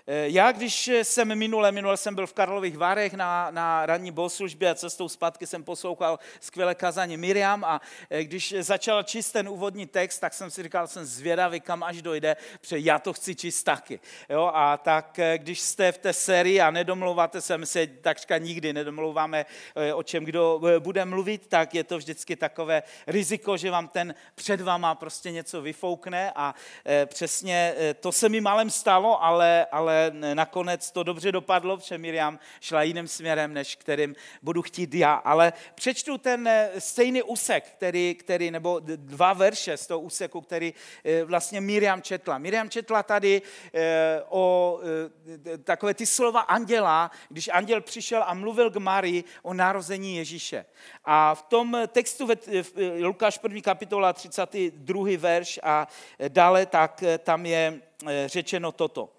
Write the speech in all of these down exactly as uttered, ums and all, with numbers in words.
Já, když jsem minule, minule jsem byl v Karlových Varech na, na ranní bohoslužbě a cestou zpátky jsem poslouchal skvělé kázání Miriam a když začal číst ten úvodní text, tak jsem si říkal, jsem zvědavý, kam až dojde, protože já to chci číst taky. Jo? A tak když jste v té sérii a nedomlouváte se, my se takřka nikdy nedomlouváme, o čem kdo bude mluvit, tak je to vždycky takové riziko, že vám ten před váma prostě něco vyfoukne a přesně to se mi málem stalo, ale, ale nakonec to dobře dopadlo, protože Miriam šla jiným směrem, než kterým budu chtít já. Ale přečtu ten stejný úsek, který, který, nebo dva verše z toho úseku, který vlastně Miriam četla. Miriam četla tady o takové ty slova anděla, když anděl přišel a mluvil k Marii o narození Ježíše. A v tom textu v Lukáš první kapitola třicátý druhý verš a dále, tak tam je řečeno toto.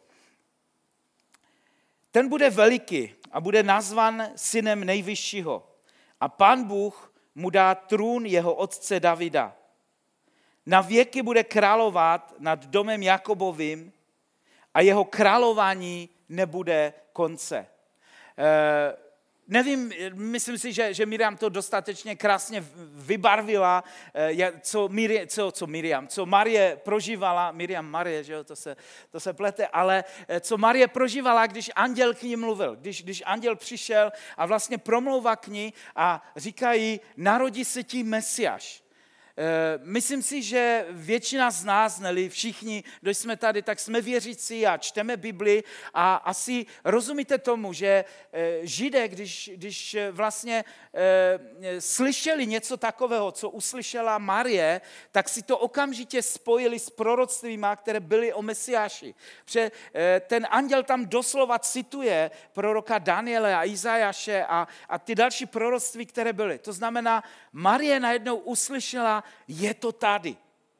Ten bude veliký a bude nazvan synem nejvyššího a Pán Bůh mu dá trůn jeho otce Davida. Na věky bude královat nad domem Jakobovým a jeho králování nebude konce. E, nevím, myslím si, že, že Miriam to dostatečně krásně vybarvila, co, Miri, co, co Miriam, co Marie prožívala, Miriam Marie, že jo, to se, to se plete, ale co Marie prožívala, když anděl k ní mluvil, když, když anděl přišel a vlastně promlouvá k ní a říká jí, narodí se ti Mesiáš. Myslím si, že většina z nás, neli všichni, kdo jsme tady, tak jsme věřící a čteme Bibli a asi rozumíte tomu, že Židé, když, když vlastně e, slyšeli něco takového, co uslyšela Marie, tak si to okamžitě spojili s proroctvíma, které byly o Mesiáši. Protože e, ten anděl tam doslova cituje proroka Daniele a Izajaše a, a ty další proroctví, které byly. To znamená, Marie najednou uslyšela, je to tady.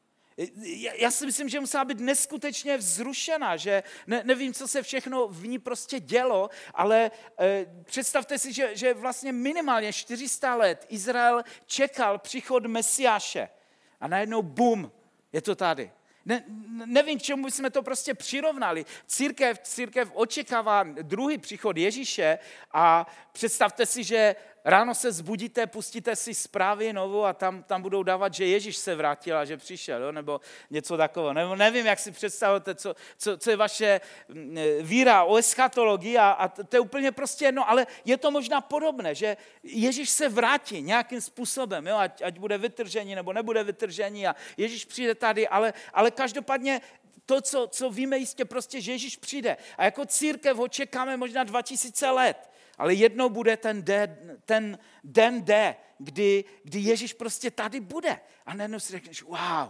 Já si myslím, že musela být neskutečně vzrušená, že ne, nevím, co se všechno v ní prostě dělo, ale eh, představte si, že, že vlastně minimálně čtyři sta let Izrael čekal příchod Mesiáše a najednou bum, je to tady. Ne, nevím, k čemu jsme to prostě přirovnali. Církev, církev očekává druhý příchod Ježíše a představte si, že ráno se zbudíte, pustíte si zprávy novou a tam, tam budou dávat, že Ježíš se vrátil a že přišel, jo? Nebo něco takového. Nebo nevím, jak si představujete, co, co, co je vaše víra o eschatologii a, a to je úplně prostě jedno, ale je to možná podobné, že Ježíš se vrátí nějakým způsobem, jo? Ať, ať bude vytržení nebo nebude vytržení a Ježíš přijde tady, ale, ale každopádně to, co, co víme jistě prostě, že Ježíš přijde. A jako církev ho čekáme možná dva tisíce let. Ale jednou bude ten den, ten den D, kdy, kdy Ježíš prostě tady bude. A najednou si řekneš, wow.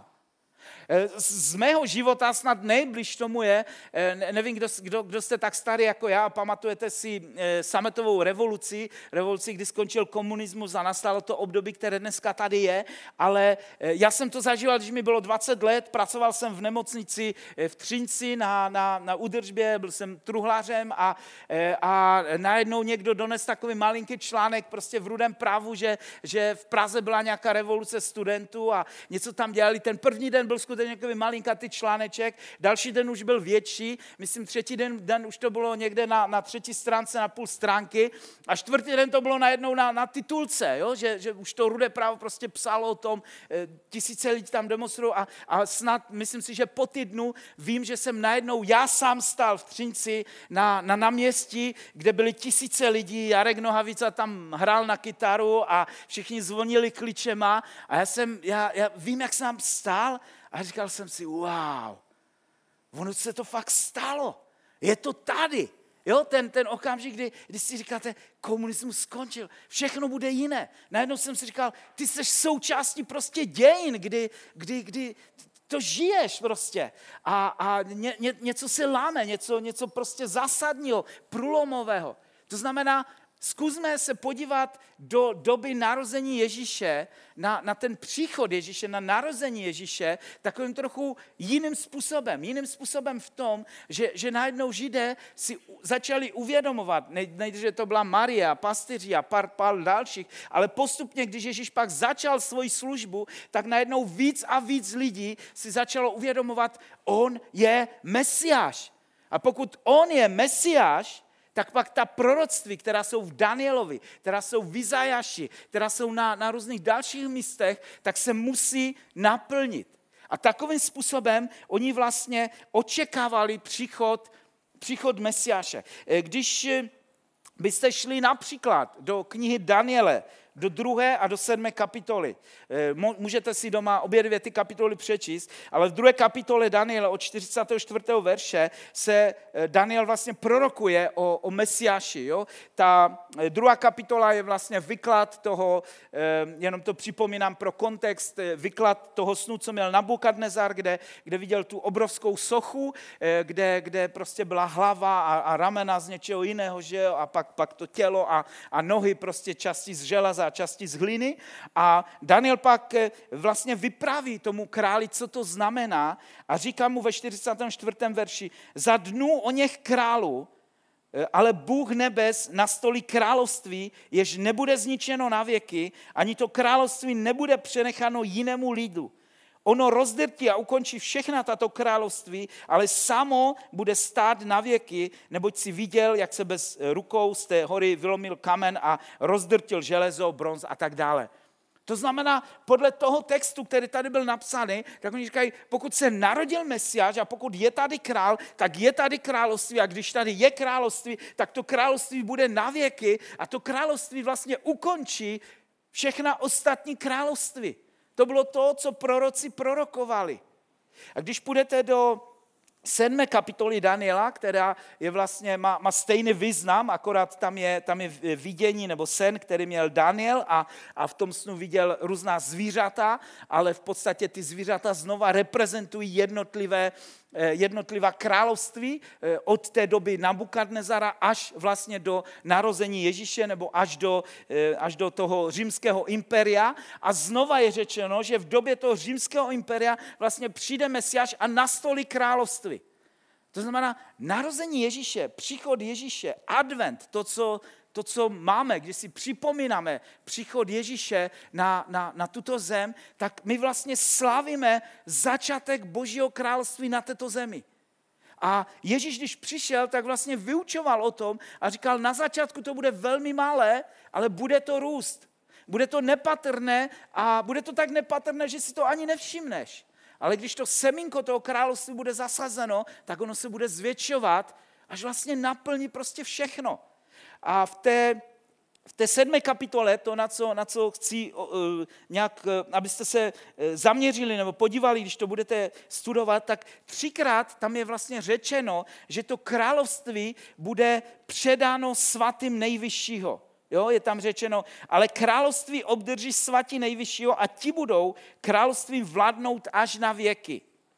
Z mého života snad nejbliž tomu je, nevím, kdo, kdo, kdo jste tak starý jako já, pamatujete si sametovou revoluci, revoluci, kdy skončil komunismus a nastalo to období, které dneska tady je, ale já jsem to zažíval, když mi bylo dvacet let, pracoval jsem v nemocnici v Třinci na, na, na údržbě, byl jsem truhlářem a, a najednou někdo dones takový malinký článek prostě v Rudém právu, že, že v Praze byla nějaká revoluce studentů a něco tam dělali. Ten první den byl skutečně takový malinkatý článeček, další den už byl větší, myslím třetí den, den už to bylo někde na, na třetí stránce, na půl stránky a čtvrtý den to bylo najednou na, na titulce, jo? Že, že už to Rudé právo prostě psalo o tom, e, tisíce lidí tam demonstrují a, a snad, myslím si, že po týdnu vím, že jsem najednou, já sám stál v Třinci na, na náměstí, kde byly tisíce lidí, Jarek Nohavica tam hrál na kytaru a všichni zvonili klíčema a já jsem, já, já vím, jak jsem stál a říkal jsem si, wow, ono se to fakt stalo, je to tady. Jo, ten, ten okamžik, kdy, kdy si říkáte, komunismus skončil, všechno bude jiné. Najednou jsem si říkal, ty jsi součástí prostě dějin, kdy, kdy, kdy to žiješ prostě a, a ně, ně, něco se láme, něco, něco prostě zásadního, průlomového. To znamená, zkusme se podívat do doby narození Ježíše, na, na ten příchod Ježíše, na narození Ježíše, takovým trochu jiným způsobem. Jiným způsobem v tom, že, že najednou Židé si začali uvědomovat, nejdříve to byla Marie a pastýři a pár, pár dalších, ale postupně, když Ježíš pak začal svoji službu, tak najednou víc a víc lidí si začalo uvědomovat, on je Mesiáš. A pokud on je Mesiáš, tak pak ta proroctví, která jsou v Danielovi, která jsou v Izajaši, která jsou na, na různých dalších místech, tak se musí naplnit. A takovým způsobem oni vlastně očekávali příchod, příchod Mesiáše. Když byste šli například do knihy Daniele, do druhé a do sedmé kapitoly. Můžete si doma obě dvě ty kapitoly přečíst, ale v druhé kapitole Daniela od čtyřicátého čtvrtého verše se Daniel vlastně prorokuje o, o Mesiáši. Jo? Ta druhá kapitola je vlastně vyklad toho, jenom to připomínám pro kontext, vyklad toho snu, co měl Nabukadnezar, kde, kde viděl tu obrovskou sochu, kde, kde prostě byla hlava a, a ramena z něčeho jiného, že jo? A pak, pak to tělo a, a nohy prostě části z železa a části z hliny. A Daniel pak vlastně vypráví tomu králi, co to znamená a říká mu ve čtyřicátém čtvrtém verši, za dnů o něch králů, ale Bůh nebes nastolí království, jež nebude zničeno na věky, ani to království nebude přenecháno jinému lidu. Ono rozdrtí a ukončí všechna tato království, ale samo bude stát na věky, neboť si viděl, jak se bez rukou z té hory vylomil kamen a rozdrtil železo, bronz a tak dále. To znamená, podle toho textu, který tady byl napsaný, tak oni říkají, pokud se narodil Mesiáš a pokud je tady král, tak je tady království a když tady je království, tak to království bude na věky a to království vlastně ukončí všechna ostatní království. To bylo to, co proroci prorokovali. A když půjdete do sedmé kapitoly Daniela, která je vlastně, má, má stejný význam, akorát tam je, tam je vidění nebo sen, který měl Daniel a, a v tom snu viděl různá zvířata, ale v podstatě ty zvířata znova reprezentují jednotlivé, jednotlivá království od té doby Nabukadnezara až vlastně do narození Ježíše nebo až do, až do toho římského impéria. A znova je řečeno, že v době toho římského impéria vlastně přijde Mesiáš a nastolí království. To znamená narození Ježíše, příchod Ježíše, advent, to, co, to, co máme, když si připomínáme příchod Ježíše na, na, na tuto zem, tak my vlastně slavíme začátek Božího království na této zemi. A Ježíš, když přišel, tak vlastně vyučoval o tom a říkal, na začátku to bude velmi malé, ale bude to růst. Bude to nepatrné a bude to tak nepatrné, že si to ani nevšimneš. Ale když to semínko toho království bude zasazeno, tak ono se bude zvětšovat, až vlastně naplní prostě všechno. A v té, v té sedmé kapitole, to, na co, na co chci uh, nějak, uh, abyste se uh, zaměřili nebo podívali, když to budete studovat, tak třikrát tam je vlastně řečeno, že to království bude předáno svatým nejvyššího. Jo, je tam řečeno, ale království obdrží svatí nejvyššího a ti budou královstvím vládnout až na věky.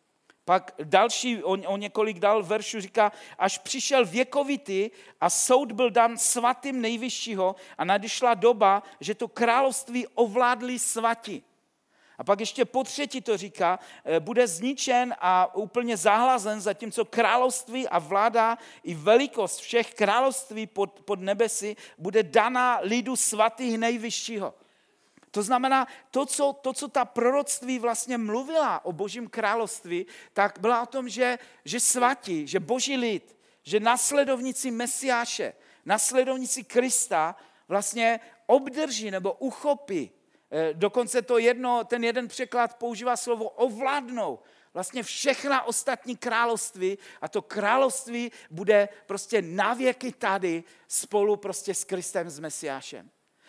Pak další, o, o několik dal veršů říká, až přišel věkovitý a soud byl dan svatým nejvyššího a nadešla doba, že to království ovládli svatí. A pak ještě po třetí to říká, bude zničen a úplně zahlazen, zatímco království a vláda i velikost všech království pod, pod nebesy bude daná lidu svatých nejvyššího. To znamená, to co, to, co ta proroctví vlastně mluvila o Božím království, tak byla o tom, že, že svatí, že Boží lid, že nasledovníci Mesiáše, nasledovníci Krista vlastně obdrží nebo uchopí. Dokonce to jedno, ten jeden překlad používá slovo ovládnou. Vlastně všechna ostatní království a to království bude prostě navěky tady spolu prostě s Kristem, s Mesiášem.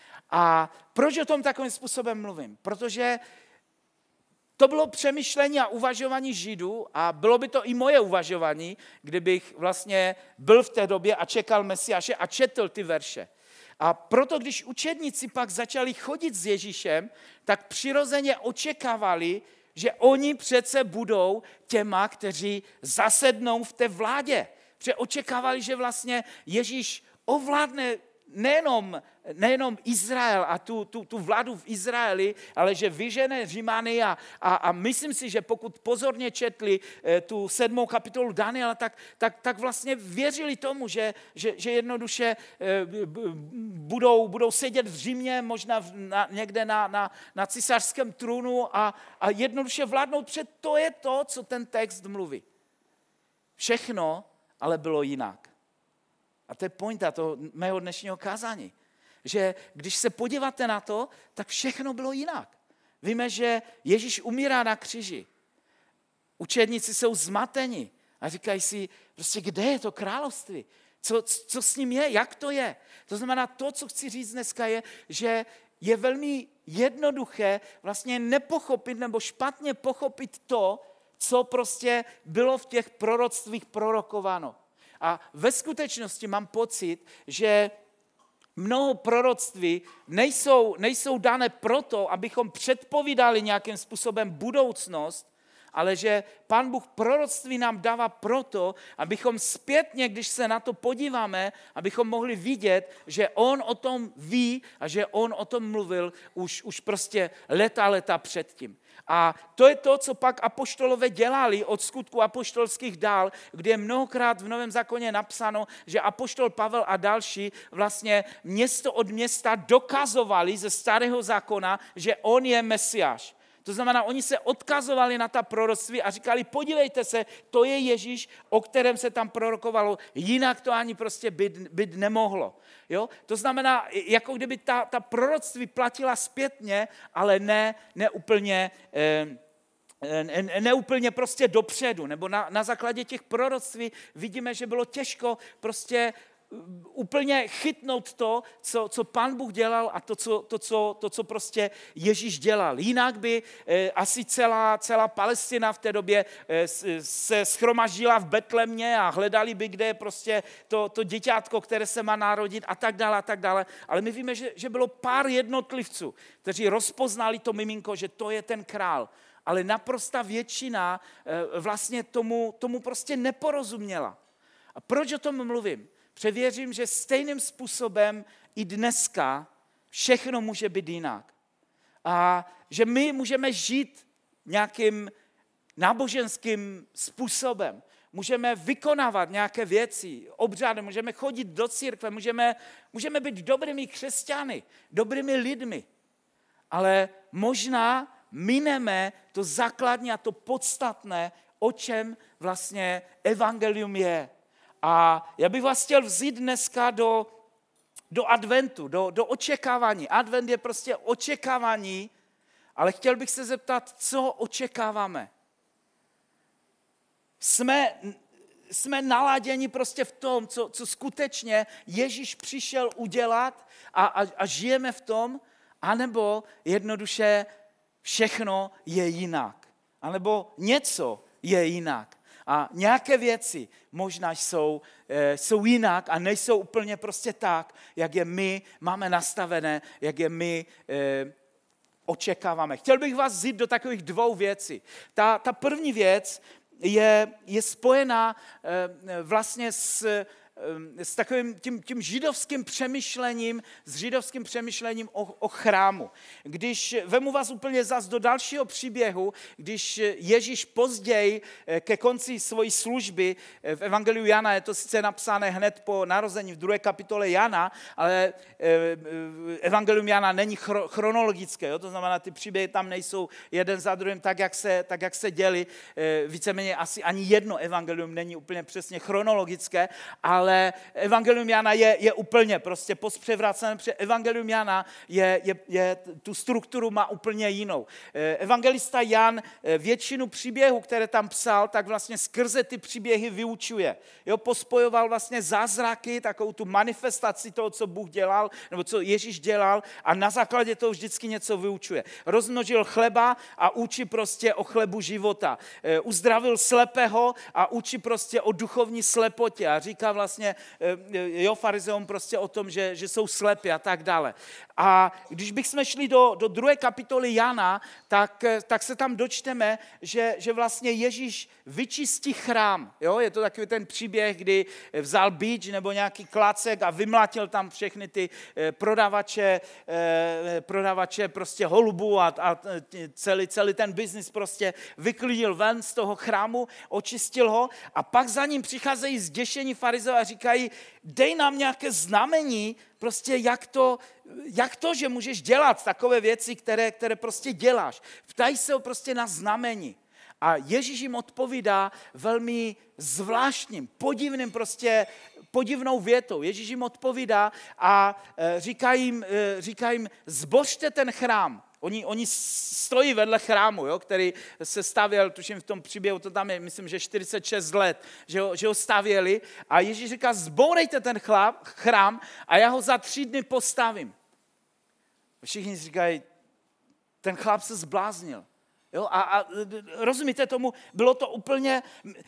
A proč o tom takovým způsobem mluvím? Protože to bylo přemýšlení a uvažování Židů a bylo by to i moje uvažování, kdybych vlastně byl v té době a čekal Mesiáše a četl ty verše. A proto, když učedníci pak začali chodit s Ježíšem, tak přirozeně očekávali, že oni přece budou těma, kteří zasednou v té vládě. Protože očekávali, že vlastně Ježíš ovládne nejenom, nejenom Izrael a tu, tu, tu vládu v Izraeli, ale že vyžene Římany a, a, a myslím si, že pokud pozorně četli eh, tu sedmou kapitolu Daniela, tak, tak, tak vlastně věřili tomu, že, že, že jednoduše eh, budou, budou sedět v Římě, možná v, na, někde na, na, na císařském trůnu a, a jednoduše vládnout, protože to je to, co ten text mluví. Všechno, ale bylo jinak. A to je pointa toho mého dnešního kázání. Že když se podíváte na to, tak všechno bylo jinak. Víme, že Ježíš umírá na kříži. Učedníci jsou zmateni a říkají si, prostě kde je to království? Co, co s ním je? Jak to je? To znamená, to, co chci říct dneska je, že je velmi jednoduché vlastně nepochopit nebo špatně pochopit to, co prostě bylo v těch proroctvích prorokováno. A ve skutečnosti mám pocit, že mnoho proroctví nejsou, nejsou dané proto, abychom předpovídali nějakým způsobem budoucnost, ale že Pán Bůh proroctví nám dává proto, abychom zpětně, když se na to podíváme, abychom mohli vidět, že on o tom ví a že on o tom mluvil už, už prostě leta, leta předtím. A to je to, co pak apoštolové dělali od skutku apoštolských dál, kde je mnohokrát v Novém zákoně napsáno, že apoštol Pavel a další vlastně město od města dokazovali ze starého zákona, že on je Mesiáš. To znamená, oni se odkazovali na ta proroctví a říkali, podívejte se, to je Ježíš, o kterém se tam prorokovalo, jinak to ani prostě být, být nemohlo. Jo? To znamená, jako kdyby ta, ta proroctví platila zpětně, ale ne, ne úplně... Eh, neúplně prostě dopředu, nebo na, na základě těch proroctví vidíme, že bylo těžko prostě úplně chytnout to, co, co Pán Bůh dělal a to co, to, co, to, co prostě Ježíš dělal. Jinak by eh, asi celá, celá Palestina v té době eh, se shromaždila v Betlemě a hledali by, kde je prostě to, to děťátko, které se má narodit a tak dále a tak dále. Ale my víme, že, že bylo pár jednotlivců, kteří rozpoznali to miminko, že to je ten král. Ale naprosta většina eh, vlastně tomu, tomu prostě neporozuměla. A proč o tom mluvím? Převěřím, že stejným způsobem i dneska všechno může být jinak. A že my můžeme žít nějakým náboženským způsobem. Můžeme vykonávat nějaké věci, obřady, můžeme chodit do církve, můžeme, můžeme být dobrými křesťany, dobrými lidmi. Ale možná mineme to základní a to podstatné, o čem vlastně evangelium je. A já bych vás chtěl vzít dneska do, do adventu, do, do očekávání. Advent je prostě očekávání, ale chtěl bych se zeptat, co očekáváme. Jsme, jsme naladěni prostě v tom, co, co skutečně Ježíš přišel udělat a, a, a žijeme v tom, anebo jednoduše všechno je jinak. Anebo něco je jinak. A nějaké věci možná jsou, e, jsou jinak a nejsou úplně prostě tak, jak je my máme nastavené, jak je my e, očekáváme. Chtěl bych vás vzít do takových dvou věcí. Ta, ta první věc je, je spojená e, vlastně s s takovým tím, tím židovským přemýšlením, s židovským přemýšlením o, o chrámu. Když vemu vás úplně zas do dalšího příběhu, když Ježíš později ke konci svojí služby, v Evangeliu Jana je to sice napsané hned po narození v druhé kapitole Jana, ale Evangelium Jana není chronologické, jo? To znamená, ty příběhy tam nejsou jeden za druhým tak, jak se, tak, jak se děli. Víceméně asi ani jedno evangelium není úplně přesně chronologické, ale ale Evangelium Jana je, je úplně prostě postpřevrácené, protože Evangelium Jana je, je, je, tu strukturu má úplně jinou. Evangelista Jan většinu příběhů, které tam psal, tak vlastně skrze ty příběhy vyučuje. Jo, pospojoval vlastně zázraky, takovou tu manifestaci toho, co Bůh dělal, nebo co Ježíš dělal a na základě toho vždycky něco vyučuje. Rozmnožil chleba a učí prostě o chlebu života. Uzdravil slepého a učí prostě o duchovní slepotě a říká vlastně jo, farizeům prostě o tom, že, že jsou slepí a tak dále. A když bychom šli do, do druhé kapitoly Jana, tak, tak se tam dočteme, že, že vlastně Ježíš vyčistí chrám. Jo? Je to takový ten příběh, kdy vzal bič nebo nějaký klacek a vymlátil tam všechny ty prodavače, prodavače prostě holubů a, a celý, celý ten biznis prostě vyklidil ven z toho chrámu, očistil ho a pak za ním přicházejí zděšení farizeové a říkají, dej nám nějaké znamení, prostě jak to, jak to, že můžeš dělat takové věci, které, které prostě děláš. Ptají se ho prostě na znamení. A a Ježíš jim odpovídá velmi zvláštním, podivným prostě, podivnou větou. Ježíš jim odpovídá a říká jim, říká jim zbořte ten chrám. Oni, oni stojí vedle chrámu, jo, který se stavěl, tuším v tom příběhu, to tam je, myslím, že čtyřicet šest let, že ho, že ho stavěli. A Ježíš říká, zbourejte ten chláp, chrám a já ho za tři dny postavím. Všichni říkají, ten chlap se zbláznil. Jo, a, a rozumíte tomu, bylo to úplně...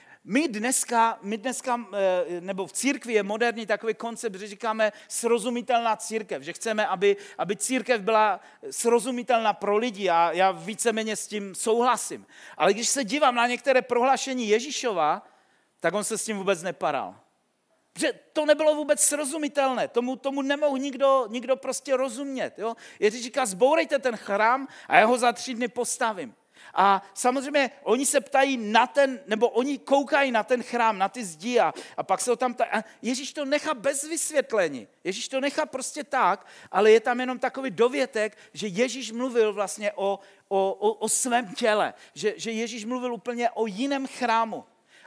My dneska, my dneska, nebo v církvi je moderní takový koncept, že říkáme srozumitelná církev, že chceme, aby, aby církev byla srozumitelná pro lidi a já víceméně s tím souhlasím. Ale když se dívám na některé prohlášení Ježíšova, tak on se s tím vůbec neparal. Protože to nebylo vůbec srozumitelné, tomu, tomu nemohl nikdo, nikdo prostě rozumět. Jo? Ježíš říká, zbourejte ten chrám a já ho za tři dny postavím. A samozřejmě oni se ptají na ten, nebo oni koukají na ten chrám, na ty zdi a, a pak se ho tam ptají. A Ježíš to nechá bez vysvětlení. Ježíš to nechá prostě tak, ale je tam jenom takový dovětek, že Ježíš mluvil vlastně o, o, o, o svém těle. Že, že Ježíš mluvil úplně o jiném chrámu.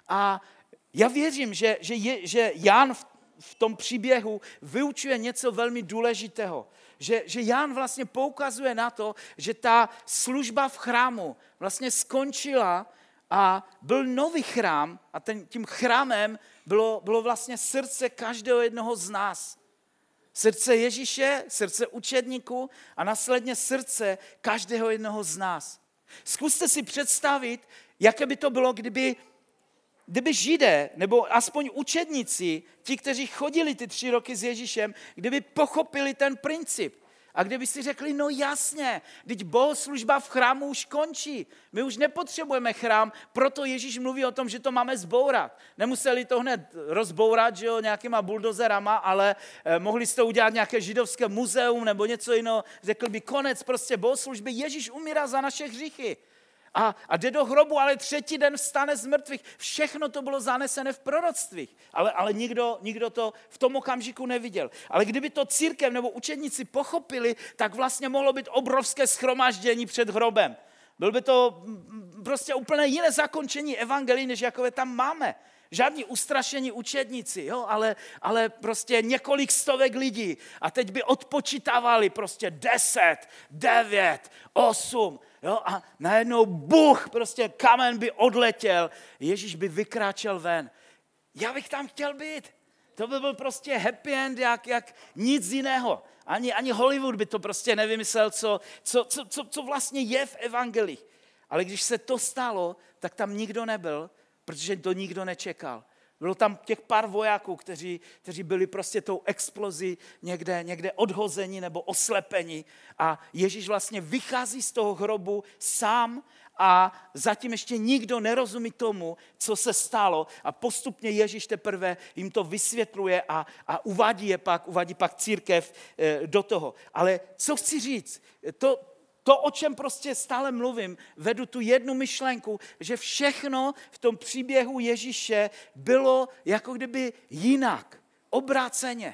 A já věřím, že, že, je, že Jan v, v tom příběhu vyučuje něco velmi důležitého. Že, že Jan vlastně poukazuje na to, že ta služba v chrámu vlastně skončila a byl nový chrám a ten, tím chrámem bylo, bylo vlastně srdce každého jednoho z nás. Srdce Ježíše, srdce učedníků a následně srdce každého jednoho z nás. Zkuste si představit, jaké by to bylo, kdyby Kdyby Židé, nebo aspoň učedníci, ti, kteří chodili ty tři roky s Ježíšem, kdyby pochopili ten princip a kdyby si řekli, no jasně, vždyť bohoslužba v chrámu už končí. My už nepotřebujeme chrám, proto Ježíš mluví o tom, že to máme zbourat. Nemuseli to hned rozbourat, že jo, nějakýma buldozerama, ale eh, mohli jste udělat nějaké židovské muzeum nebo něco jiného. Řekl by konec prostě bohoslužby, Ježíš umírá za naše hříchy. A, a jde do hrobu, ale třetí den vstane z mrtvých. Všechno to bylo zanesené v proroctvích, ale, ale nikdo, nikdo to v tom okamžiku neviděl. Ale kdyby to církev nebo učedníci pochopili, tak vlastně mohlo být obrovské shromáždění před hrobem. Bylo by to prostě úplně jiné zakončení evangelií, než jakové tam máme. Žádní ustrašení učedníci, jo, ale, ale prostě několik stovek lidí. A teď by odpočítávali prostě deset, devět, osm, jo, a najednou buch, prostě kamen by odletěl, Ježíš by vykráčel ven. Já bych tam chtěl být. To by byl prostě happy end, jak, jak nic jiného. Ani, ani Hollywood by to prostě nevymyslel, co, co, co, co, co vlastně je v evangelích. Ale když se to stalo, tak tam nikdo nebyl, protože to nikdo nečekal. Bylo tam těch pár vojáků, kteří, kteří byli prostě tou explozí někde, někde odhození nebo oslepení. A Ježíš vlastně vychází z toho hrobu sám a zatím ještě nikdo nerozumí tomu, co se stalo. A postupně Ježíš teprve jim to vysvětluje a, a uvádí je pak, uvádí pak církev e, do toho. Ale co chci říct? To, To, o čem prostě stále mluvím, vedu tu jednu myšlenku, že všechno v tom příběhu Ježíše bylo jako kdyby jinak, obráceně.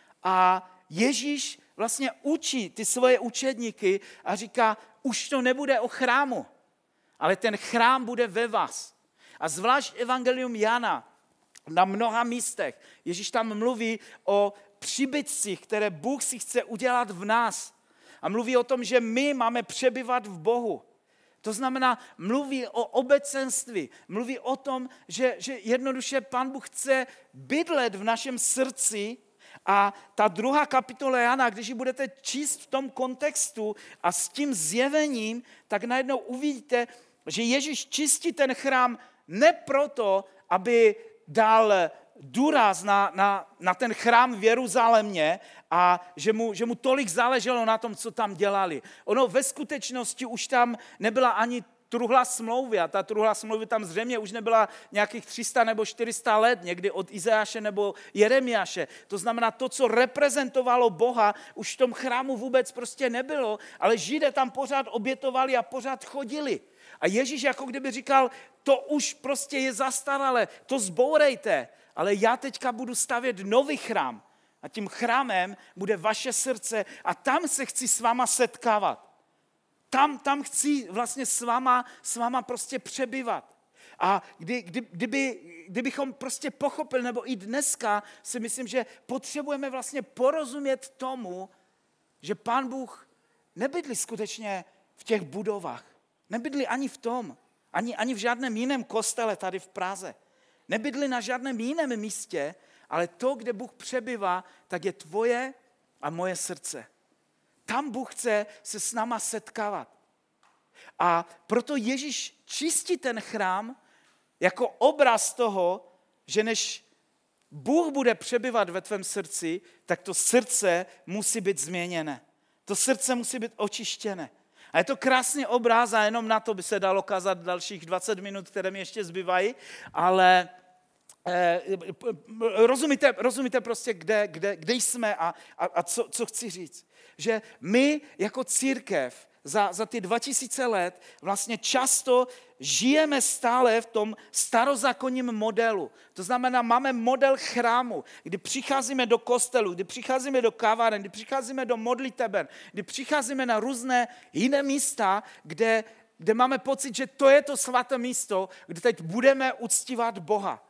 A Ježíš vlastně učí ty svoje učedníky a říká, už to nebude o chrámu, ale ten chrám bude ve vás. A zvlášť evangelium Jana na mnoha místech, Ježíš tam mluví o příbytcích, které Bůh si chce udělat v nás. A mluví o tom, že my máme přebyvat v Bohu. To znamená, mluví o obecenství, mluví o tom, že, že jednoduše Pán Bůh chce bydlet v našem srdci a ta druhá kapitola Jana, když ji budete číst v tom kontextu a s tím zjevením, tak najednou uvidíte, že Ježíš čistí ten chrám ne proto, aby dal důraz na, na, na ten chrám v Jeruzalémě a že mu, že mu tolik záleželo na tom, co tam dělali. Ono ve skutečnosti už tam nebyla ani truhla smlouvy a ta truhla smlouvy tam zřejmě už nebyla nějakých tři sta nebo čtyři sta let, někdy od Izajáše nebo Jeremiáše. To znamená, to, co reprezentovalo Boha, už v tom chrámu vůbec prostě nebylo, ale Židé tam pořád obětovali a pořád chodili. A Ježíš jako kdyby říkal, to už prostě je zastaralé, to zbourejte, ale já teďka budu stavět nový chrám a tím chrámem bude vaše srdce a tam se chci s váma setkávat. tam, tam chci vlastně s váma, s váma prostě přebyvat. A kdy, kdy, kdyby, kdybychom prostě pochopili, nebo i dneska si myslím, že potřebujeme vlastně porozumět tomu, že Pán Bůh nebydlí skutečně v těch budovách. Nebydlí ani v tom, ani, ani v žádném jiném kostele tady v Praze. Nebydlí na žádném jiném místě, ale to, kde Bůh přebývá, tak je tvoje a moje srdce. Tam Bůh chce se s náma setkávat. A proto Ježíš čistí ten chrám jako obraz toho, že než Bůh bude přebývat ve tvém srdci, tak to srdce musí být změněné. To srdce musí být očištěné. A je to krásný obraz a jenom na to by se dalo kázat dalších dvacet minut, které mi ještě zbývají, ale eh, rozumíte, rozumíte prostě, kde, kde, kde jsme a, a, a co, co chci říct. Že my jako církev za, za ty dva tisíce let vlastně často žijeme stále v tom starozákonním modelu. To znamená, máme model chrámu, kdy přicházíme do kostelu, kdy přicházíme do kaváren, kdy přicházíme do modliteben, kdy přicházíme na různé jiné místa, kde, kde máme pocit, že to je to svaté místo, kde teď budeme uctívat Boha.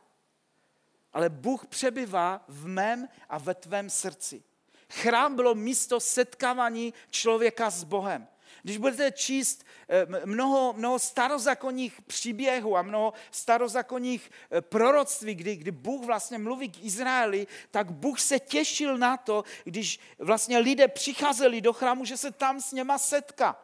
Ale Bůh přebývá v mém a ve tvém srdci. Chrám bylo místo setkávání člověka s Bohem. Když budete číst mnoho, mnoho starozákonních příběhů a mnoho starozákonních proroctví, kdy, kdy Bůh vlastně mluví k Izraeli, tak Bůh se těšil na to, když vlastně lidé přicházeli do chrámu, že se tam s něma setká.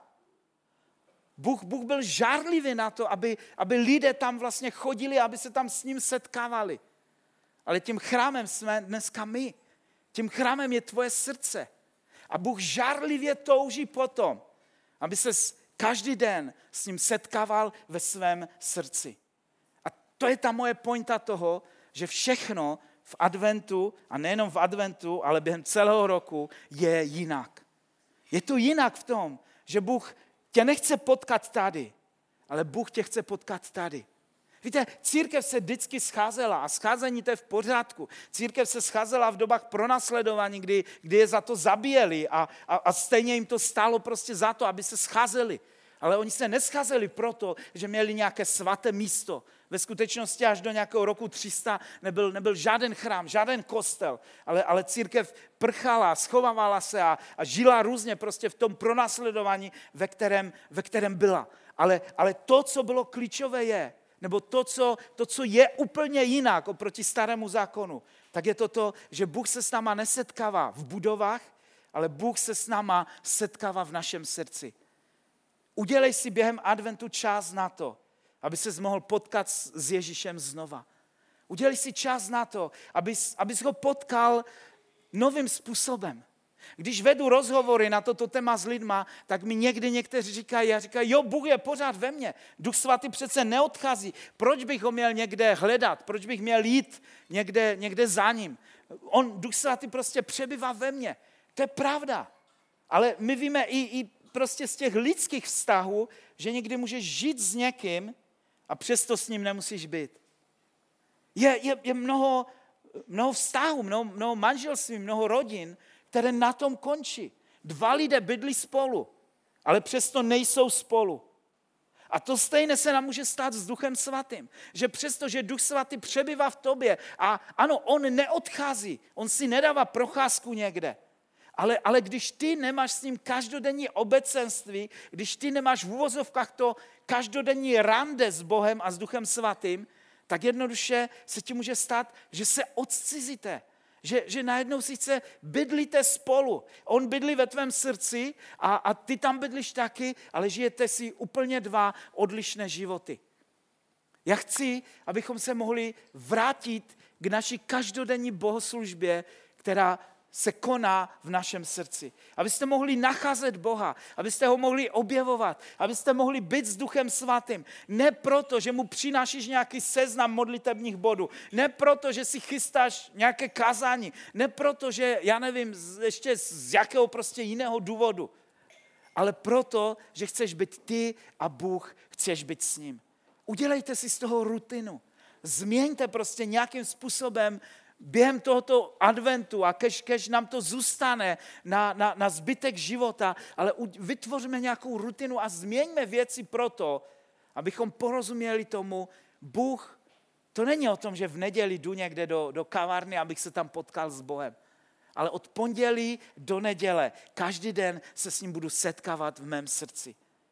Bůh, Bůh byl žárlivý na to, aby, aby lidé tam vlastně chodili, aby se tam s ním setkávali. Ale tím chrámem jsme dneska my. Tím chrámem je tvoje srdce. A Bůh žárlivě touží potom, aby se každý den s ním setkával ve svém srdci. A to je ta moje pointa toho, že všechno v adventu, a nejenom v adventu, ale během celého roku je jinak. Je to jinak v tom, že Bůh tě nechce potkat tady, ale Bůh tě chce potkat tady. Víte, církev se vždycky scházela a scházení to je v pořádku. Církev se scházela v dobách pronásledování, kdy, kdy je za to zabíjeli a, a, a stejně jim to stálo prostě za to, aby se scházeli. Ale oni se nescházeli proto, že měli nějaké svaté místo. Ve skutečnosti až do nějakého roku tři sta nebyl, nebyl žádný chrám, žádný kostel, ale, ale církev prchala, schovávala se a, a žila různě prostě v tom pronásledování, ve kterém, ve kterém byla. Ale, ale to, co bylo klíčové je, nebo to co, to, co je úplně jinak oproti starému zákonu, tak je to to, že Bůh se s náma nesetkává v budovách, ale Bůh se s náma setkává v našem srdci. Udělej si během adventu čas na to, aby ses mohl potkat s Ježíšem znova. Udělej si čas na to, abys, abys ho potkal novým způsobem. Když vedu rozhovory na toto téma s lidma, tak mi někdy někteří říkají, já říkají, jo, Bůh je pořád ve mně, Duch svatý přece neodchází, proč bych ho měl někde hledat, proč bych měl jít někde, někde za ním. On, Duch svatý prostě přebývá ve mně. To je pravda. Ale my víme i, i prostě z těch lidských vztahů, že někdy můžeš žít s někým a přesto s ním nemusíš být. Je, je, je mnoho, mnoho vztahů, mnoho, mnoho manželství, mnoho rodin, které na tom končí. Dva lidé bydlí spolu, ale přesto nejsou spolu. A to stejné se nám může stát s Duchem svatým. Že přesto, že Duch svatý přebývá v tobě a ano, on neodchází, on si nedává procházku někde. Ale, ale když ty nemáš s ním každodenní obecenství, když ty nemáš v uvozovkách to každodenní rande s Bohem a s Duchem svatým, tak jednoduše se ti může stát, že se odcizíte. Že, že najednou sice bydlíte spolu. On bydlí ve tvém srdci a, a ty tam bydlíš taky, ale žijete si úplně dva odlišné životy. Já chci, abychom se mohli vrátit k naší každodenní bohoslužbě, která se koná v našem srdci. Abyste mohli nacházet Boha, abyste ho mohli objevovat, abyste mohli být s Duchem svatým. Ne proto, že mu přinášíš nějaký seznam modlitebních bodů, ne proto, že si chystáš nějaké kázání, ne proto, že já nevím, ještě z jakého prostě jiného důvodu, ale proto, že chceš být ty a Bůh chceš být s ním. Udělejte si z toho rutinu. Změňte prostě nějakým způsobem během tohoto adventu a kež, kež nám to zůstane na, na, na zbytek života, ale vytvoříme nějakou rutinu a změňme věci proto, abychom porozuměli tomu, Bůh, to není o tom, že v neděli jdu někde do, do kavárny, abych se tam potkal s Bohem. Ale od pondělí do neděle, každý den se s ním budu setkávat v mém srdci.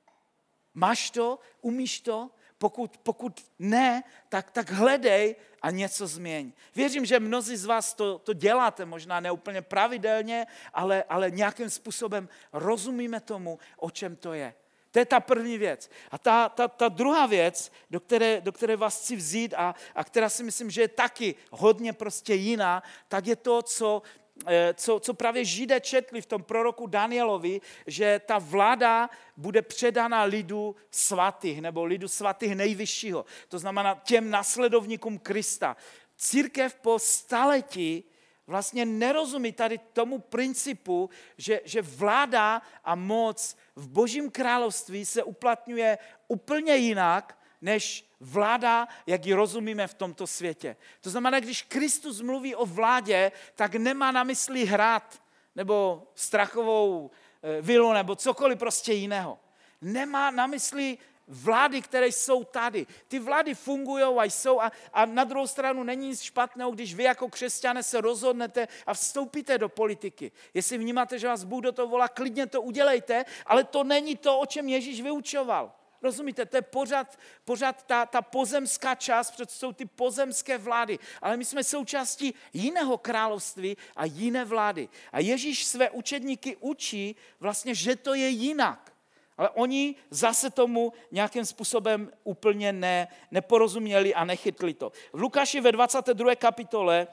Máš to? Umíš to? Pokud, pokud ne, tak, tak hledej a něco změň. Věřím, že mnozí z vás to, to děláte, možná ne úplně pravidelně, ale, ale nějakým způsobem rozumíme tomu, o čem to je. To je ta první věc. A ta, ta, ta druhá věc, do které, do které vás chci vzít a, a která si myslím, že je taky hodně prostě jiná, tak je to, co, co, co právě Židé četli v tom proroku Danielovi, že ta vláda bude předána lidu svatých, nebo lidu svatých nejvyššího. To znamená těm nasledovníkům Krista. Církev po staletí vlastně nerozumí tady tomu principu, že, že vláda a moc v Božím království se uplatňuje úplně jinak, než vláda, jak ji rozumíme v tomto světě. To znamená, když Kristus mluví o vládě, tak nemá na mysli hrad, nebo strachovou vilu, nebo cokoliv prostě jiného. Nemá na mysli vlády, které jsou tady. Ty vlády fungují a jsou a, a na druhou stranu není nic špatného, když vy jako křesťané se rozhodnete a vstoupíte do politiky. Jestli vnímáte, že vás Bůh do toho volá, klidně to udělejte, ale to není to, o čem Ježíš vyučoval. Rozumíte, to je pořád, pořád ta, ta pozemská část, protože jsou ty pozemské vlády, ale my jsme součástí jiného království a jiné vlády. A Ježíš své učedníky učí vlastně, že to je jinak. Ale oni zase tomu nějakým způsobem úplně ne, neporozuměli a nechytli to. V Lukáši ve dvacáté druhé kapitole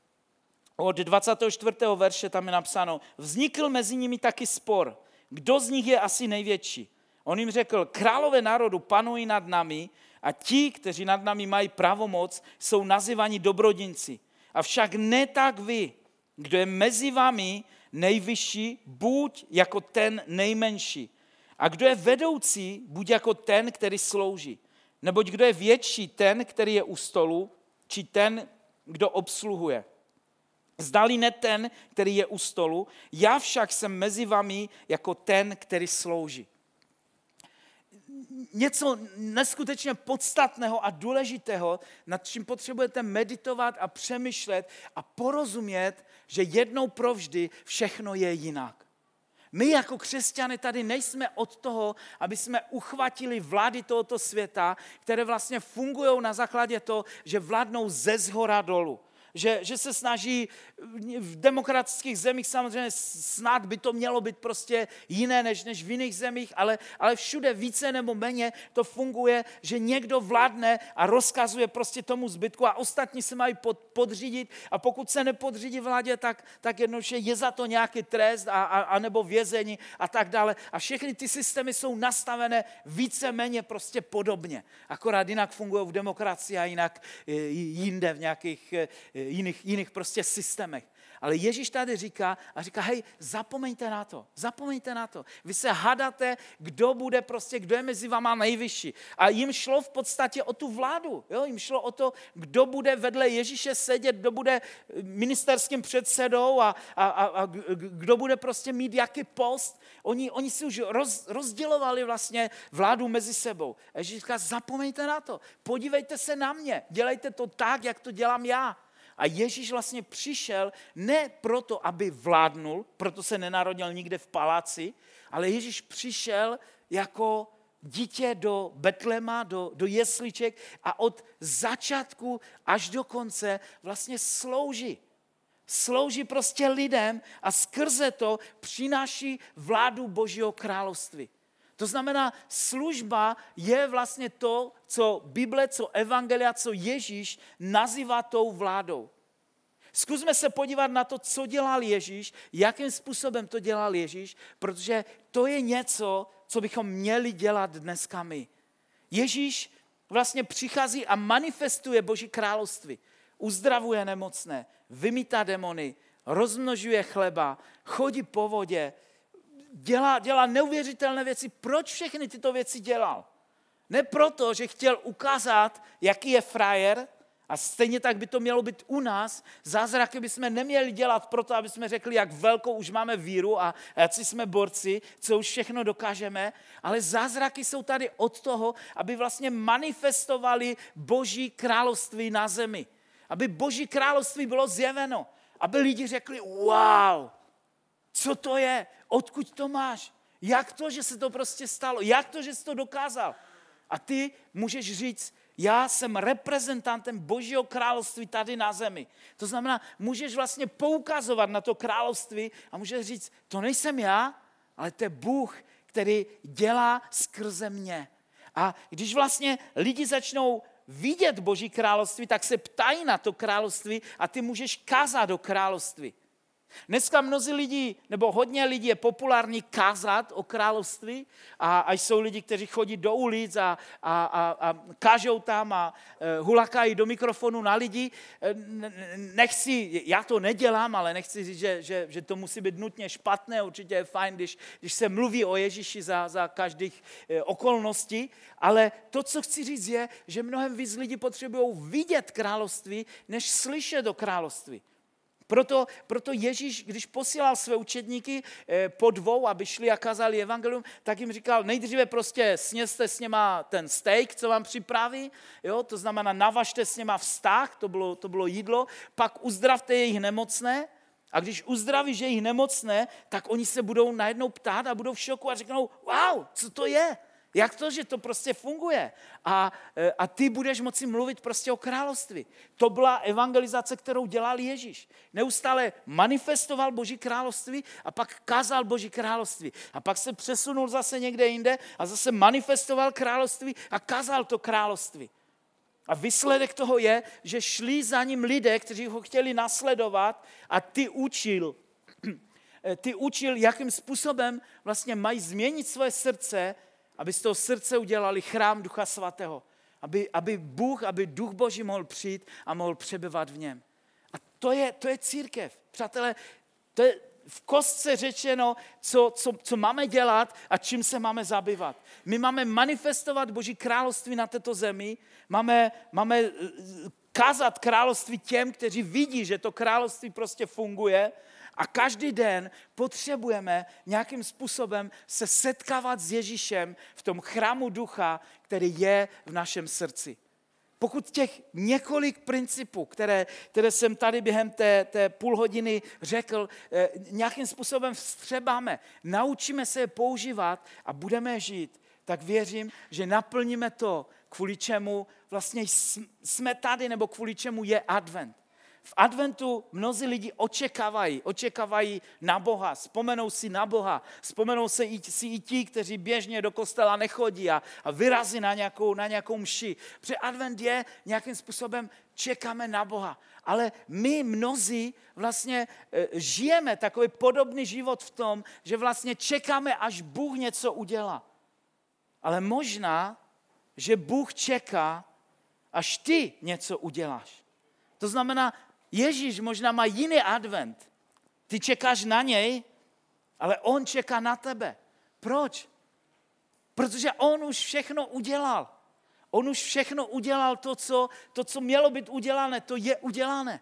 od dvacátého čtvrtého verše tam je napsáno: vznikl mezi nimi taky spor. Kdo z nich je asi největší? On jim řekl: králové národu panují nad námi a ti, kteří nad námi mají pravomoc, jsou nazýváni dobrodinci. Avšak ne tak vy. Kdo je mezi vámi nejvyšší, buď jako ten nejmenší. A kdo je vedoucí, buď jako ten, který slouží. Neboť kdo je větší, ten, který je u stolu, či ten, kdo obsluhuje. Zdali ne ten, který je u stolu, já však jsem mezi vámi jako ten, který slouží. Něco neskutečně podstatného a důležitého, nad čím potřebujete meditovat a přemýšlet a porozumět, že jednou provždy všechno je jinak. My jako křesťané tady nejsme od toho, aby jsme uchvatili vlády tohoto světa, které vlastně fungují na základě toho, že vládnou ze zhora dolů. Že, že se snaží v demokratických zemích, samozřejmě snad by to mělo být prostě jiné než, než v jiných zemích, ale, ale všude více nebo méně to funguje, že někdo vládne a rozkazuje prostě tomu zbytku a ostatní se mají pod, podřídit a pokud se nepodřídí vládě, tak, tak jednoduše je za to nějaký trest a, a, a nebo vězení a tak dále. A všechny ty systémy jsou nastavené více méně prostě podobně. Akorát jinak fungují v demokracii a jinak jinde v nějakých jiných, jiných prostě systémech. Ale Ježíš tady říká a říká, hej, zapomeňte na to, zapomeňte na to. Vy se hádáte, kdo bude prostě, kdo je mezi váma nejvyšší. A jim šlo v podstatě o tu vládu, jo? Jim šlo o to, kdo bude vedle Ježíše sedět, kdo bude ministerským předsedou a, a, a, a kdo bude prostě mít jaký post. Oni, oni si už roz, rozdělovali vlastně vládu mezi sebou. A Ježíš říká, zapomeňte na to, podívejte se na mě, dělejte to tak, jak to dělám já. A Ježíš vlastně přišel ne proto, aby vládnul, proto se nenarodil nikde v paláci, ale Ježíš přišel jako dítě do Betlema, do, do jesliček a od začátku až do konce vlastně slouží. Slouží prostě lidem a skrze to přináší vládu Božího království. To znamená, služba je vlastně to, co Bible, co evangelia, co Ježíš nazývá tou vládou. Zkusme se podívat na to, co dělal Ježíš, jakým způsobem to dělal Ježíš, protože to je něco, co bychom měli dělat dneska my. Ježíš vlastně přichází a manifestuje Boží království. Uzdravuje nemocné, vymítá demony, rozmnožuje chleba, chodí po vodě, Dělá, dělá neuvěřitelné věci. Proč všechny tyto věci dělal? Ne proto, že chtěl ukázat, jaký je frajer A stejně tak by to mělo být u nás. Zázraky bychom neměli dělat proto, aby jsme řekli, jak velkou už máme víru a jak jsme borci, co už všechno dokážeme, ale zázraky jsou tady od toho, aby vlastně manifestovali Boží království na zemi. Aby Boží království bylo zjeveno. Aby lidi řekli, wow, co to je, odkud to máš, jak to, že se to prostě stalo, jak to, že jsi to dokázal. A ty můžeš říct, já jsem reprezentantem Božího království tady na zemi. To znamená, můžeš vlastně poukazovat na to království a můžeš říct, to nejsem já, ale to je Bůh, který dělá skrze mě. A když vlastně lidi začnou vidět Boží království, tak se ptají na to království a ty můžeš kázat do království. Dneska mnozí lidi, nebo hodně lidí je populární kázat o království a, a jsou lidi, kteří chodí do ulic a, a, a, a kážou tam a e, hulakají do mikrofonu na lidi. E, nechci, já to nedělám, ale nechci říct, že, že, že to musí být nutně špatné. Určitě je fajn, když, když se mluví o Ježíši za, za každých e, okolností, ale to, co chci říct, je, že mnohem víc lidí potřebují vidět království, než slyšet o království. Proto, proto Ježíš, když posílal své učedníky po dvou, aby šli a kázali evangelium, tak jim říkal, nejdříve prostě sněste s něma ten steak, co vám připraví, jo? To znamená navažte s něma vztah, to bylo, to bylo jídlo, pak uzdravte jejich nemocné a když uzdravíš jejich nemocné, tak oni se budou najednou ptát a budou v šoku a řeknou, wow, co to je? Jak to, že to prostě funguje? A, a ty budeš moci mluvit prostě o království. To byla evangelizace, kterou dělal Ježíš. Neustále manifestoval Boží království a pak kázal Boží království. A pak se přesunul zase někde jinde a zase manifestoval království a kázal to království. A výsledek toho je, že šli za ním lidé, kteří ho chtěli nasledovat a ty učil, ty učil, jakým způsobem vlastně mají změnit svoje srdce, aby z toho srdce udělali chrám Ducha Svatého. Aby, aby Bůh, aby Duch Boží mohl přijít a mohl přebyvat v něm. A to je, to je církev. Přátelé, to je v kostce řečeno, co, co, co máme dělat a čím se máme zabývat. My máme manifestovat Boží království na této zemi, máme, máme kázat království těm, kteří vidí, že to království prostě funguje. A každý den potřebujeme nějakým způsobem se setkávat s Ježíšem v tom chrámu ducha, který je v našem srdci. Pokud těch několik principů, které, které jsem tady během té, té půl hodiny řekl, eh, nějakým způsobem vstřebáme, naučíme se je používat a budeme žít, tak věřím, že naplníme to, kvůli čemu vlastně jsme tady, nebo kvůli čemu je advent. V adventu mnozí lidi očekávají, očekávají na Boha, vzpomenou si na Boha, vzpomenou si i, si i ti, kteří běžně do kostela nechodí a, a vyrazí na nějakou, na nějakou mši. Protože advent je nějakým způsobem čekáme na Boha. Ale my mnozí vlastně e, žijeme takový podobný život v tom, že vlastně čekáme, až Bůh něco udělá. Ale možná, že Bůh čeká, až ty něco uděláš. To znamená, Ježíš možná má jiný advent. Ty čekáš na něj, ale on čeká na tebe. Proč? Protože on už všechno udělal. On už všechno udělal, to co, to, co mělo být udělané, to je udělané.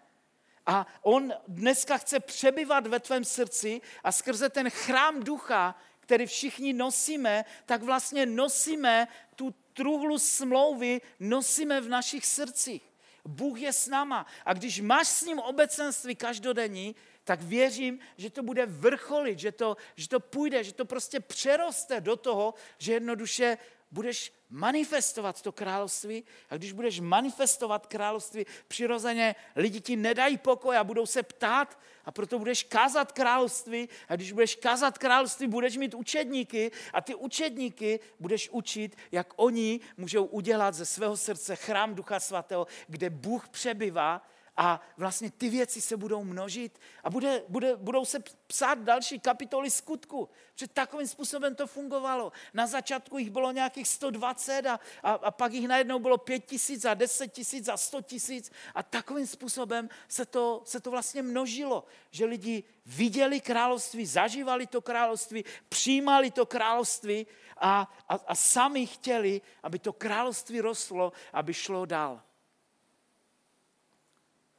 A on dneska chce přebyvat ve tvém srdci a skrze ten chrám ducha, který všichni nosíme, tak vlastně nosíme tu truhlu smlouvy, nosíme v našich srdcích. Bůh je s náma a když máš s ním obecenství každodenní, tak věřím, že to bude vrcholit, že to, že to půjde, že to prostě přeroste do toho, že jednoduše budeš manifestovat to království a když budeš manifestovat království, přirozeně lidi ti nedají pokoj a budou se ptát a proto budeš kázat království a když budeš kázat království, budeš mít učedníky a ty učedníky budeš učit, jak oni můžou udělat ze svého srdce chrám Ducha Svatého, kde Bůh přebývá a vlastně ty věci se budou množit a bude, bude, budou se psát další kapitoly skutku. Před takovým způsobem to fungovalo. Na začátku jich bylo nějakých sto dvacet a, a, a pak jich najednou bylo pět tisíc a deset tisíc a sto tisíc a takovým způsobem se to, se to vlastně množilo, že lidi viděli království, zažívali to království, přijímali to království a, a, a sami chtěli, aby to království rostlo, aby šlo dál.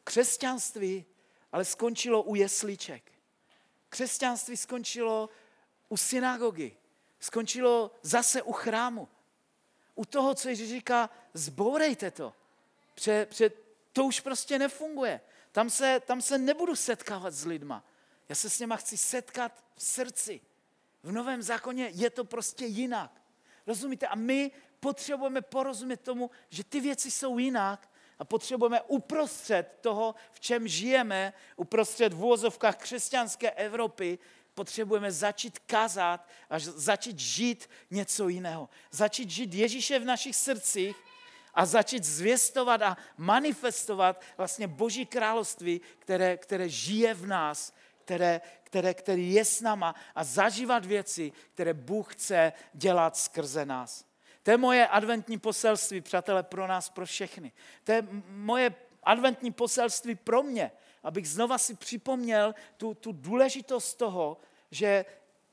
Křesťanství ale skončilo u jesliček. Křesťanství skončilo u synagogy. Skončilo zase u chrámu. U toho, co Ježíš říká, zbourejte to. Pře, pře, to už prostě nefunguje. Tam se, tam se nebudu setkávat s lidma. Já se s něma chci setkat v srdci. V Novém zákoně je to prostě jinak. Rozumíte? A my potřebujeme porozumět tomu, že ty věci jsou jinak a potřebujeme uprostřed toho, v čem žijeme, uprostřed v uvozovkách křesťanské Evropy, potřebujeme začít kázat a začít žít něco jiného. Začít žít Ježíše v našich srdcích a začít zvěstovat a manifestovat vlastně Boží království, které, které žije v nás, které, které, který je s náma a zažívat věci, které Bůh chce dělat skrze nás. To je moje adventní poselství, přátelé, pro nás, pro všechny. To je moje adventní poselství pro mě, abych znova si připomněl tu, tu důležitost toho, že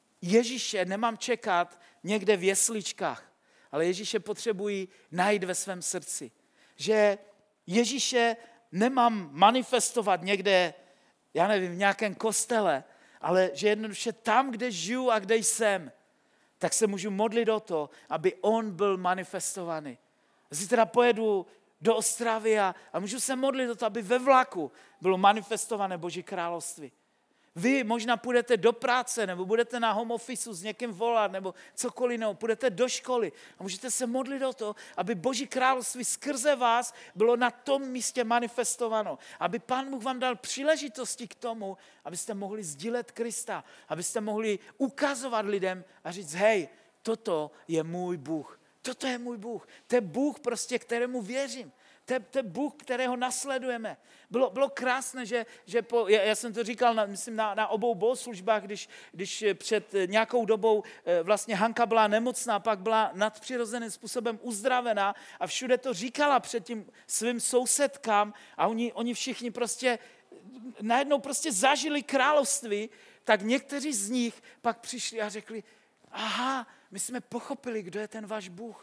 Ježíše nemám čekat někde v jesličkách, ale Ježíše potřebuji najít ve svém srdci. Že Ježíše nemám manifestovat někde, já nevím, v nějakém kostele, ale že jednoduše tam, kde žiju a kde jsem, tak se můžu modlit o to, aby on byl manifestovaný. Zítra pojedu do Ostravy a, a můžu se modlit o to, aby ve vlaku bylo manifestované Boží království. Vy možná půjdete do práce, nebo budete na home officeu s někým volat, nebo cokoliv, nebo půjdete do školy a můžete se modlit o to, aby Boží království skrze vás bylo na tom místě manifestováno. Aby Pán Bůh vám dal příležitosti k tomu, abyste mohli sdílet Krista, abyste mohli ukazovat lidem a říct, hej, toto je můj Bůh. Toto je můj Bůh. To je Bůh prostě, kterému věřím. To je, to je Bůh, kterého nasledujeme. Bylo, bylo krásné, že, že po, já, já jsem to říkal, na, myslím, na, na obou bohoslužbách, když, když před nějakou dobou vlastně Hanka byla nemocná, pak byla nadpřirozeným způsobem uzdravená a všude to říkala před tím svým sousedkám a oni, oni všichni prostě najednou prostě zažili království, tak někteří z nich pak přišli a řekli, aha, my jsme pochopili, kdo je ten váš Bůh.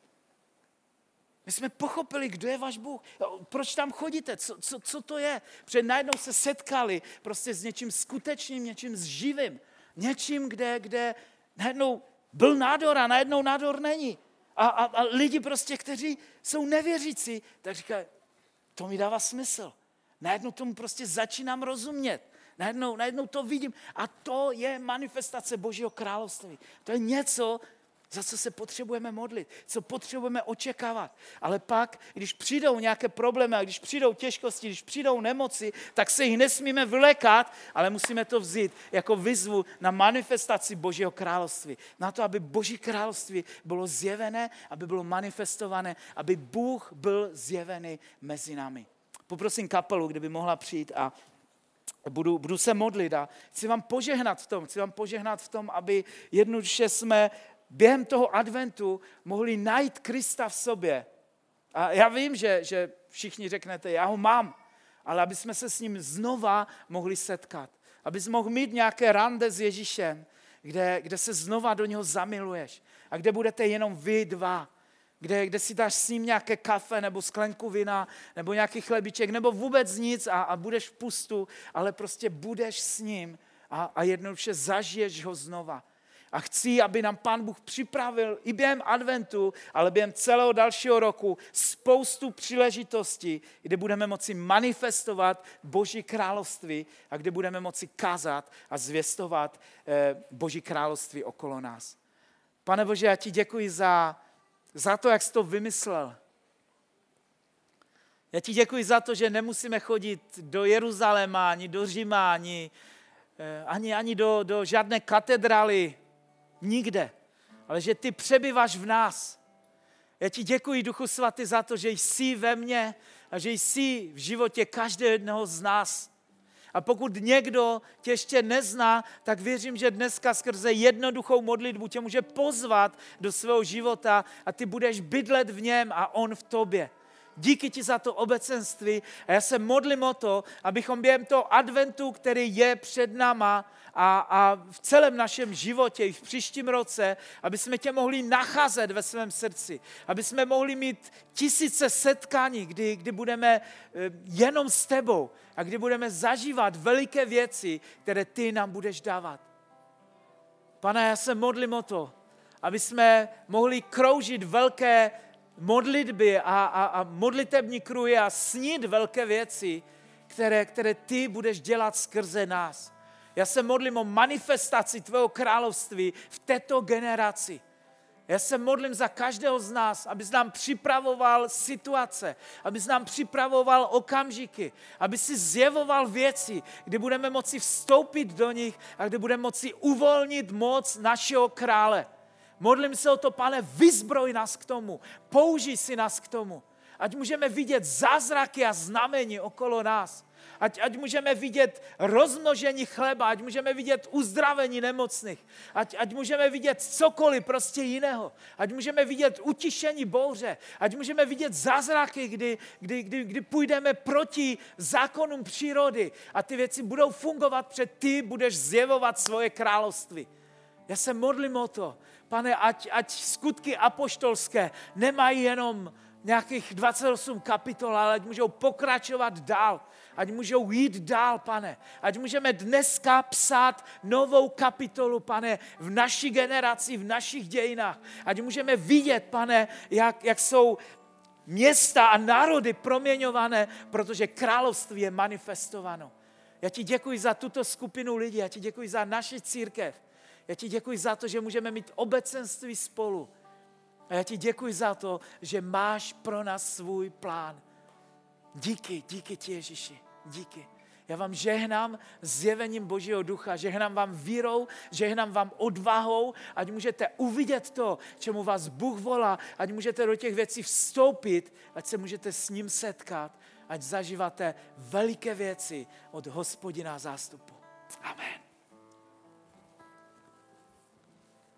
My jsme pochopili, kdo je váš Bůh. Proč tam chodíte? Co, co, co to je? Protože najednou se setkali prostě s něčím skutečným, něčím živým. Něčím, kde, kde najednou byl nádor a najednou nádor není. A, a, a lidi prostě, kteří jsou nevěřící, tak říkají, to mi dává smysl. Najednou tomu prostě začínám rozumět. Najednou, najednou to vidím. A to je manifestace Božího království. To je něco, za co se potřebujeme modlit, co potřebujeme očekávat. Ale pak, když přijdou nějaké problémy, a když přijdou těžkosti, když přijdou nemoci, tak se jich nesmíme vylékat, ale musíme to vzít jako výzvu na manifestaci Božího království. Na to, aby Boží království bylo zjevené, aby bylo manifestované, aby Bůh byl zjevený mezi námi. Poprosím kapelu, kdyby mohla přijít a budu, budu se modlit a chci vám požehnat v tom, chci vám požehnat v tom, aby jednoduše jsme během toho adventu mohli najít Krista v sobě. A já vím, že, že všichni řeknete, já ho mám, ale aby jsme se s ním znova mohli setkat. Aby jsi mohl mít nějaké rande s Ježíšem, kde, kde se znova do něho zamiluješ a kde budete jenom vy dva. Kde, kde si dáš s ním nějaké kafe nebo sklenku vína nebo nějaký chlebiček nebo vůbec nic a, a budeš v pustu, ale prostě budeš s ním a, a jednoduše zažiješ ho znova. A chci, aby nám Pán Bůh připravil i během adventu, ale během celého dalšího roku spoustu příležitostí, kde budeme moci manifestovat Boží království a kde budeme moci kázat a zvěstovat eh, Boží království okolo nás. Pane Bože, já ti děkuji za, za to, jak jsi to vymyslel. Já ti děkuji za to, že nemusíme chodit do Jeruzaléma, ani do Říma, ani, eh, ani, ani do, do žádné katedrály, nikde, ale že ty přebýváš v nás. Já ti děkuji, Duchu Svatý, za to, že jsi ve mně a že jsi v životě každého jednoho z nás. A pokud někdo tě ještě nezná, tak věřím, že dneska skrze jednoduchou modlitbu tě může pozvat do svého života a ty budeš bydlet v něm a on v tobě. Díky ti za to obecenství a já se modlím o to, abychom během toho adventu, který je před náma a, a v celém našem životě i v příštím roce, aby jsme tě mohli nacházet ve svém srdci, aby jsme mohli mít tisíce setkání, kdy, kdy budeme jenom s tebou a kdy budeme zažívat veliké věci, které ty nám budeš dávat. Pane, já se modlím o to, aby jsme mohli kroužit velké modlitby a, a, a modlitební kruhy a snít velké věci, které, které ty budeš dělat skrze nás. Já se modlím o manifestaci tvého království v této generaci. Já se modlím za každého z nás, abys nám připravoval situace, abys nám připravoval okamžiky, aby si zjevoval věci, kdy budeme moci vstoupit do nich a kdy budeme moci uvolnit moc našeho krále. Modlím se o to, Pane, vyzbroj nás k tomu, použij si nás k tomu, ať můžeme vidět zázraky a znamení okolo nás, ať, ať můžeme vidět rozmnožení chleba, ať můžeme vidět uzdravení nemocných, ať, ať můžeme vidět cokoliv prostě jiného, ať můžeme vidět utišení bouře, ať můžeme vidět zázraky, kdy, kdy, kdy, kdy půjdeme proti zákonům přírody a ty věci budou fungovat, protože ty budeš zjevovat svoje království. Já se modlím o to, Pane, ať, ať skutky apoštolské nemají jenom nějakých dvacet osm kapitol, ale ať můžou pokračovat dál, ať můžou jít dál, Pane. Ať můžeme dneska psát novou kapitolu, Pane, v naší generaci, v našich dějinách. Ať můžeme vidět, Pane, jak, jak jsou města a národy proměňované, protože království je manifestováno. Já ti děkuji za tuto skupinu lidí, já ti děkuji za naši církev. Já ti děkuji za to, že můžeme mít obecenství spolu. A já ti děkuji za to, že máš pro nás svůj plán. Díky, díky ti, Ježíši, díky. Já vám žehnám zjevením Božího ducha, žehnám vám vírou, žehnám vám odvahou, ať můžete uvidět to, čemu vás Bůh volá, ať můžete do těch věcí vstoupit, ať se můžete s ním setkat, ať zažíváte veliké věci od Hospodina zástupu. Amen.